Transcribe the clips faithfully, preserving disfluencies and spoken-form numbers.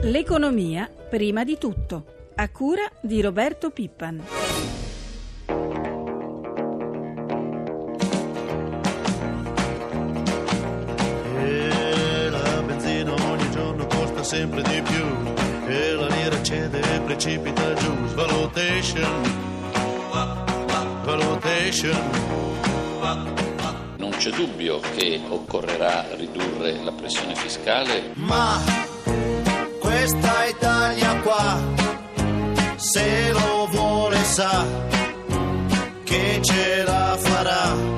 L'economia prima di tutto, a cura di Roberto Pippan. E la benzina ogni giorno costa sempre di più e la lira cede e precipita giù. Svalutation, valutation. Non c'è dubbio che occorrerà ridurre la pressione fiscale, Ma questa Italia qua, se lo vuole sa che ce la farà.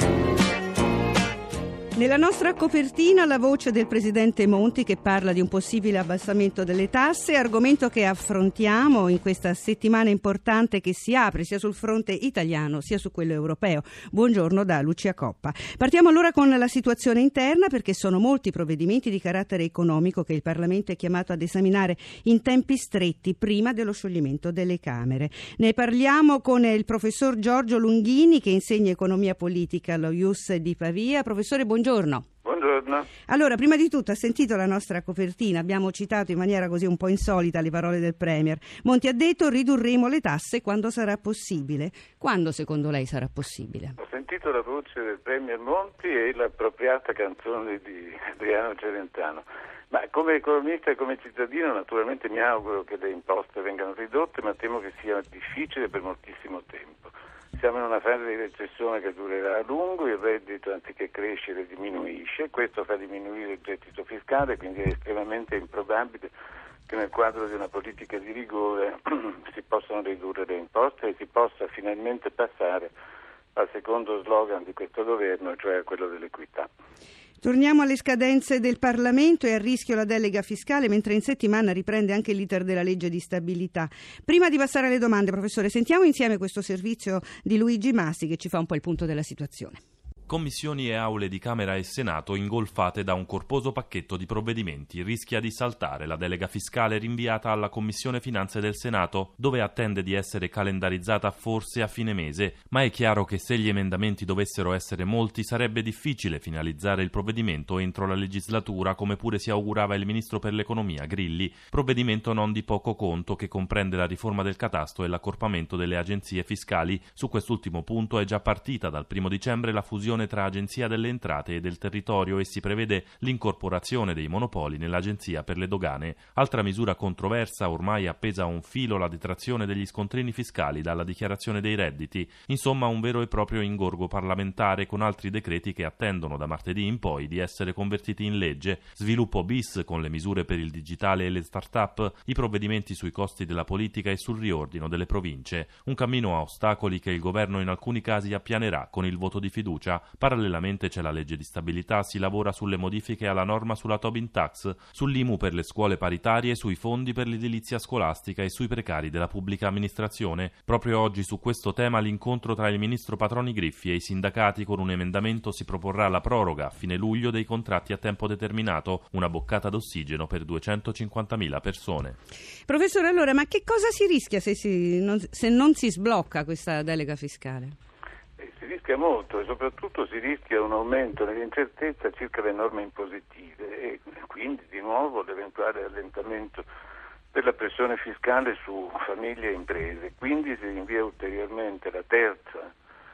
Nella nostra copertina la voce del presidente Monti che parla di un possibile abbassamento delle tasse, argomento che affrontiamo in questa settimana importante che si apre sia sul fronte italiano sia su quello europeo. Buongiorno da Lucia Coppa. Partiamo allora con la situazione interna, perché sono molti provvedimenti di carattere economico che il Parlamento è chiamato ad esaminare in tempi stretti prima dello scioglimento delle Camere. Ne parliamo con il professor Giorgio Lunghini che insegna economia politica allo I U S di Pavia. Professore, buongiorno. Buongiorno. Buongiorno. Allora, prima di tutto ha sentito la nostra copertina, abbiamo citato in maniera così un po' insolita le parole del Premier. Monti ha detto ridurremo le tasse quando sarà possibile. Quando secondo lei sarà possibile? Ho sentito la voce del Premier Monti e l'appropriata canzone di Adriano Celentano. Ma come economista e come cittadino naturalmente mi auguro che le imposte vengano ridotte, ma temo che sia difficile per moltissimo tempo. Siamo in una fase di recessione che durerà a lungo, il reddito anziché crescere diminuisce, questo fa diminuire il gettito fiscale, quindi è estremamente improbabile che nel quadro di una politica di rigore si possano ridurre le imposte e si possa finalmente passare al secondo slogan di questo governo, cioè a quello dell'equità. Torniamo alle scadenze del Parlamento e a rischio la delega fiscale, mentre in settimana riprende anche l'iter della legge di stabilità. Prima di passare alle domande, professore, sentiamo insieme questo servizio di Luigi Massi che ci fa un po' il punto della situazione. Commissioni e aule di Camera e Senato ingolfate da un corposo pacchetto di provvedimenti. Rischia di saltare la delega fiscale rinviata alla Commissione Finanze del Senato, dove attende di essere calendarizzata forse a fine mese, ma è chiaro che se gli emendamenti dovessero essere molti sarebbe difficile finalizzare il provvedimento entro la legislatura, come pure si augurava il Ministro per l'Economia Grilli. Provvedimento non di poco conto che comprende la riforma del catasto e l'accorpamento delle agenzie fiscali. Su quest'ultimo punto è già partita dal primo dicembre la fusione tra Agenzia delle Entrate e del Territorio e si prevede l'incorporazione dei monopoli nell'Agenzia per le Dogane. Altra misura controversa, ormai appesa a un filo, la detrazione degli scontrini fiscali dalla dichiarazione dei redditi. Insomma, un vero e proprio ingorgo parlamentare con altri decreti che attendono da martedì in poi di essere convertiti in legge. Sviluppo bis con le misure per il digitale e le start-up, i provvedimenti sui costi della politica e sul riordino delle province. Un cammino a ostacoli che il governo in alcuni casi appianerà con il voto di fiducia. Parallelamente c'è la legge di stabilità, si lavora sulle modifiche alla norma sulla Tobin Tax, sull'I M U per le scuole paritarie, sui fondi per l'edilizia scolastica e sui precari della pubblica amministrazione. Proprio oggi su questo tema l'incontro tra il ministro Patroni Griffi e i sindacati. Con un emendamento si proporrà la proroga a fine luglio dei contratti a tempo determinato, una boccata d'ossigeno per duecentocinquantamila persone. Professore, allora, ma che cosa si rischia se, si, non, se non si sblocca questa delega fiscale? Si rischia molto e soprattutto si rischia un aumento nell'incertezza circa le norme impositive e quindi di nuovo l'eventuale allentamento della pressione fiscale su famiglie e imprese. Quindi si rinvia ulteriormente la terza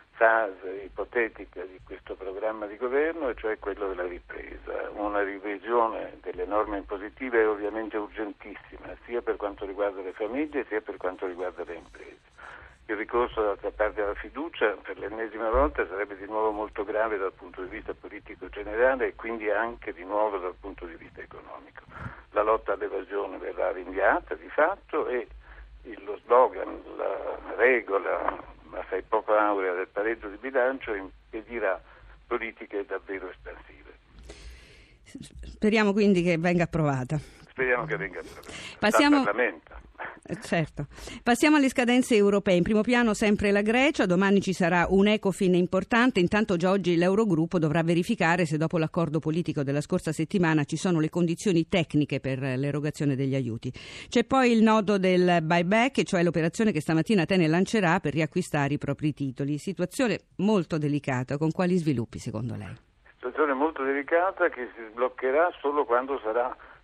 fase ipotetica di questo programma di governo, e cioè quello della ripresa. Una revisione delle norme impositive è ovviamente urgentissima, sia per quanto riguarda le famiglie sia per quanto riguarda le imprese. Il ricorso d'altra parte alla fiducia per l'ennesima volta sarebbe di nuovo molto grave dal punto di vista politico generale e quindi anche di nuovo dal punto di vista economico. La lotta all'evasione verrà rinviata di fatto e lo slogan, la regola assai poco aurea del pareggio di bilancio impedirà politiche davvero espansive. Speriamo quindi che venga approvata. Speriamo che venga approvata. Passiamo... Dal Parlamento. Certo. Passiamo alle scadenze europee. In primo piano sempre la Grecia, domani ci sarà un Ecofin importante, intanto già oggi l'Eurogruppo dovrà verificare se dopo l'accordo politico della scorsa settimana ci sono le condizioni tecniche per l'erogazione degli aiuti. C'è poi il nodo del buyback, cioè l'operazione che stamattina Atene lancerà per riacquistare i propri titoli. Situazione molto delicata, con quali sviluppi secondo lei? Situazione molto delicata che si sbloccherà solo quando sarà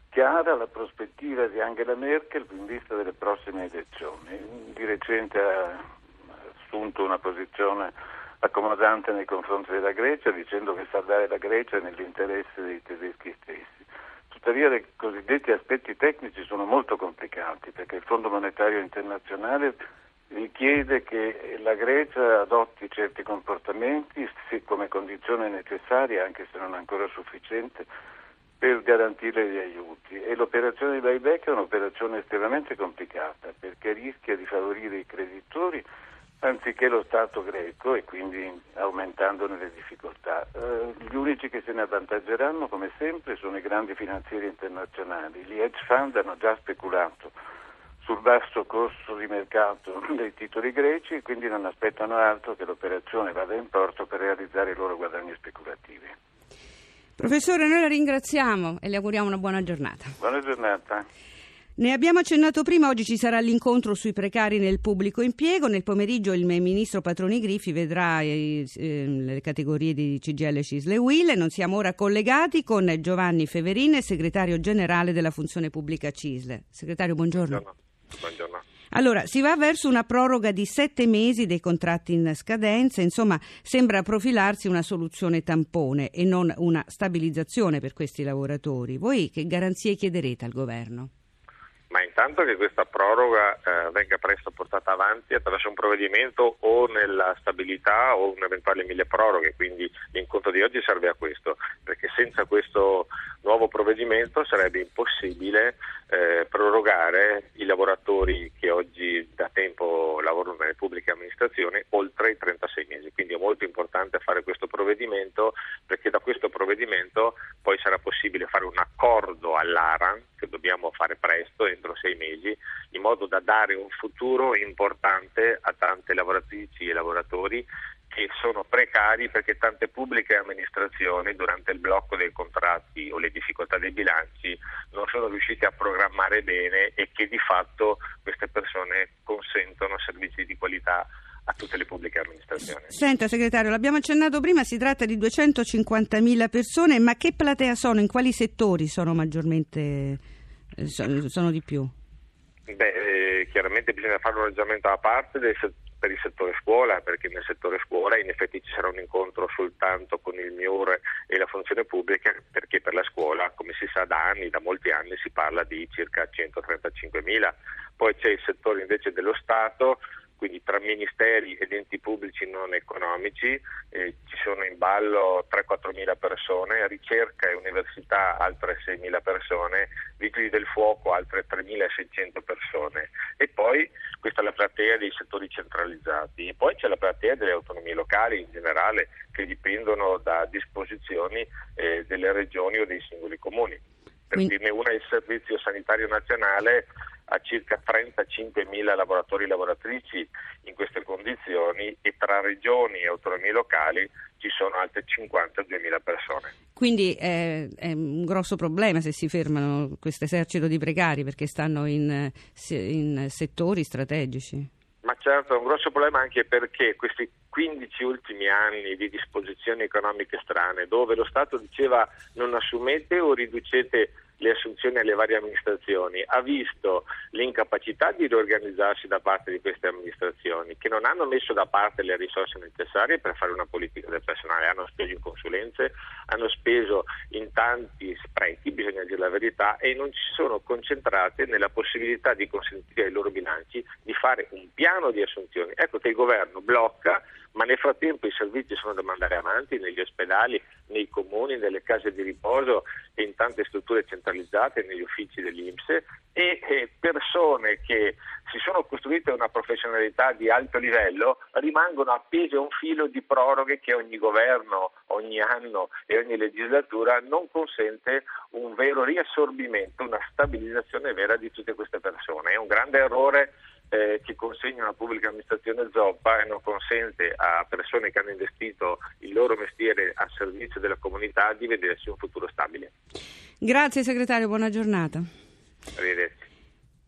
chiara la prospettiva di Angela Merkel in vista delle prossime elezioni. Di recente ha assunto una posizione accomodante nei confronti della Grecia, dicendo che salvare la Grecia è nell'interesse dei tedeschi stessi. Tuttavia i cosiddetti aspetti tecnici sono molto complicati, perché il Fondo Monetario Internazionale richiede che la Grecia adotti certi comportamenti come condizione necessaria, anche se non ancora sufficiente, per garantire gli aiuti. E l'operazione di buyback è un'operazione estremamente complicata, perché rischia di favorire i creditori anziché lo Stato greco, e quindi aumentandone le difficoltà. Eh, gli unici che se ne avvantaggeranno, come sempre, sono i grandi finanzieri internazionali. Gli hedge fund hanno già speculato sul basso costo di mercato dei titoli greci e quindi non aspettano altro che l'operazione vada in porto per realizzare i loro guadagni speculativi. Professore, noi la ringraziamo e le auguriamo una buona giornata. Buona giornata. Ne abbiamo accennato prima, oggi ci sarà l'incontro sui precari nel pubblico impiego. Nel pomeriggio il ministro Patroni Griffi vedrà eh, le categorie di C G I L, CISL e U I L. Non siamo ora collegati con Giovanni Feverin, segretario generale della Funzione Pubblica C I S L. Segretario, buongiorno. Buongiorno. Buongiorno. Allora, si va verso una proroga di sette mesi dei contratti in scadenza, insomma sembra profilarsi una soluzione tampone e non una stabilizzazione per questi lavoratori. Voi che garanzie chiederete al governo? Ma intanto che questa proroga eh, venga presto portata avanti attraverso un provvedimento o nella stabilità o un eventuale mille proroghe, quindi l'incontro di oggi serve a questo, perché senza questo nuovo provvedimento sarebbe impossibile eh, prorogare i lavoratori che oggi da tempo lavorano nelle pubbliche amministrazioni oltre i trentasei mesi, quindi è molto importante fare questo provvedimento, perché da questo provvedimento poi sarà possibile fare un accordo all'ARAN, che dobbiamo fare presto, entro sei mesi, in modo da dare un futuro importante a tante lavoratrici e lavoratori che sono precari, perché tante pubbliche amministrazioni durante il blocco dei contratti o le difficoltà dei bilanci non sono riusciti a programmare bene e che di fatto queste persone consentono servizi di qualità a tutte le pubbliche amministrazioni. Senta segretario, l'abbiamo accennato prima, si tratta di duecentocinquantamila persone, ma che platea sono? In quali settori sono maggiormente eh, sono di più? Beh, eh, chiaramente bisogna fare un ragionamento a parte del settore per il settore scuola, perché nel settore scuola in effetti ci sarà un incontro soltanto con il M I U R e la funzione pubblica, perché per la scuola, come si sa da anni, da molti anni, si parla di circa centotrentacinquemila. Poi c'è il settore invece dello Stato, quindi tra ministeri ed enti pubblici non economici, eh, ci sono in ballo tre quattro mila persone, ricerca e università altre seimila persone, vigili del fuoco altre tremilaseicento persone, e poi questa è la platea dei settori centralizzati, e poi c'è la platea delle autonomie locali in generale, che dipendono da disposizioni eh, delle regioni o dei singoli comuni. Per dirne una, il Servizio Sanitario Nazionale ha circa trentacinquemila lavoratori e lavoratrici in queste condizioni, e tra regioni e autonomie locali ci sono altre cinquantaduemila persone. Quindi è, è un grosso problema se si fermano questo esercito di precari, perché stanno in, in settori strategici. Ma certo, è un grosso problema anche perché questi quindici ultimi anni di disposizioni economiche strane, dove lo Stato diceva non assumete o riducete le assunzioni alle varie amministrazioni, ha visto l'incapacità di riorganizzarsi da parte di queste amministrazioni, che non hanno messo da parte le risorse necessarie per fare una politica del personale, hanno speso in consulenze, hanno speso in tanti sprechi, bisogna dire la verità, e non si sono concentrate nella possibilità di consentire ai loro bilanci di fare un piano di assunzioni. Ecco che il governo blocca, ma nel frattempo i servizi sono da mandare avanti negli ospedali, nei comuni, nelle case di riposo e in tante strutture centralizzate, negli uffici dell'I N P S, e, e persone che si sono costruite una professionalità di alto livello rimangono appese a un filo di proroghe che ogni governo, ogni anno e ogni legislatura non consente un vero riassorbimento, una stabilizzazione vera di tutte queste persone. È un grande errore Eh, che consegna una pubblica amministrazione zoppa e non consente a persone che hanno investito il loro mestiere a servizio della comunità di vedersi un futuro stabile. Grazie segretario, buona giornata. Arrivederci.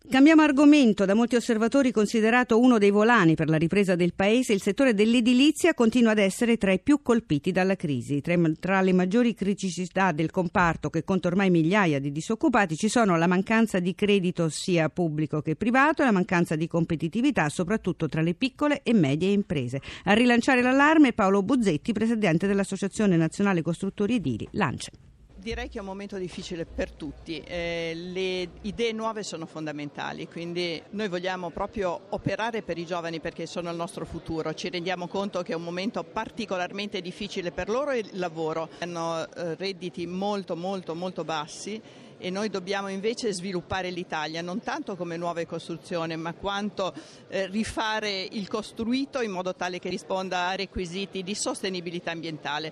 Cambiamo argomento. Da molti osservatori considerato uno dei volani per la ripresa del paese, il settore dell'edilizia continua ad essere tra i più colpiti dalla crisi. Tra le maggiori criticità del comparto, che conta ormai migliaia di disoccupati, ci sono la mancanza di credito sia pubblico che privato e la mancanza di competitività, soprattutto tra le piccole e medie imprese. A rilanciare l'allarme Paolo Buzzetti, presidente dell'Associazione Nazionale Costruttori Edili, l'ANCE. Direi che è un momento difficile per tutti, eh, le idee nuove sono fondamentali, quindi noi vogliamo proprio operare per i giovani perché sono il nostro futuro. Ci rendiamo conto che è un momento particolarmente difficile per loro e il lavoro. Hanno eh, redditi molto molto molto bassi e noi dobbiamo invece sviluppare l'Italia, non tanto come nuove costruzioni, ma quanto eh, rifare il costruito in modo tale che risponda a requisiti di sostenibilità ambientale.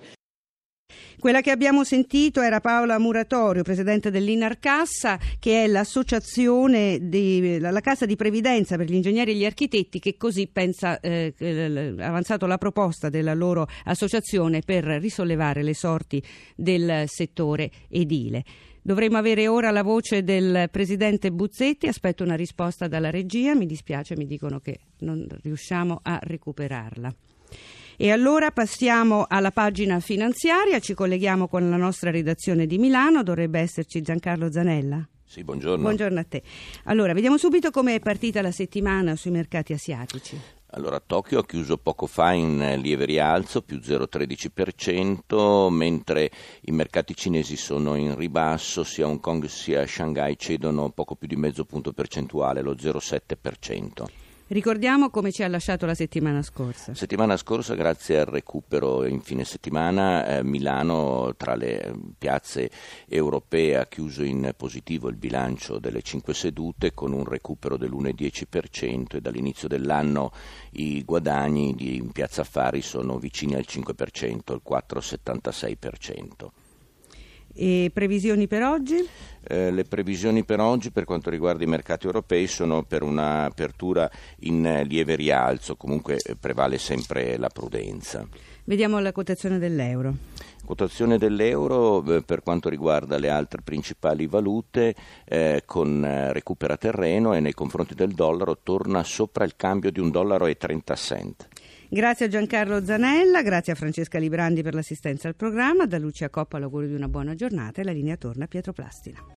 Quella che abbiamo sentito era Paola Muratorio, presidente dell'Inarcassa, che è l'associazione di, la Cassa di Previdenza per gli ingegneri e gli architetti, che così pensa, eh, ha avanzato la proposta della loro associazione per risollevare le sorti del settore edile. Dovremmo avere ora la voce del presidente Buzzetti, aspetto una risposta dalla regia, mi dispiace, mi dicono che non riusciamo a recuperarla. E allora passiamo alla pagina finanziaria, ci colleghiamo con la nostra redazione di Milano, dovrebbe esserci Giancarlo Zanella. Sì, buongiorno. Buongiorno a te. Allora, vediamo subito come è partita la settimana sui mercati asiatici. Allora, Tokyo ha chiuso poco fa in lieve rialzo, più zero virgola tredici per cento, mentre i mercati cinesi sono in ribasso, sia Hong Kong sia Shanghai cedono poco più di mezzo punto percentuale, lo zero virgola sette per cento. Ricordiamo come ci ha lasciato la settimana scorsa. Settimana scorsa, grazie al recupero in fine settimana, eh, Milano tra le piazze europee ha chiuso in positivo il bilancio delle cinque sedute con un recupero dell'uno virgola dieci per cento e dall'inizio dell'anno i guadagni di in Piazza Affari sono vicini al cinque per cento, il quattro virgola settantasei per cento. E previsioni per oggi? Eh, le previsioni per oggi per quanto riguarda i mercati europei sono per un'apertura in lieve rialzo, comunque eh, prevale sempre la prudenza. Vediamo la quotazione dell'euro. Quotazione dell'euro eh, per quanto riguarda le altre principali valute eh, con eh, recupera terreno e nei confronti del dollaro torna sopra il cambio di un dollaro e trenta cent. Grazie a Giancarlo Zanella, grazie a Francesca Librandi per l'assistenza al programma, da Lucia Coppa l'augurio di una buona giornata e la linea torna a Pietro Plastina.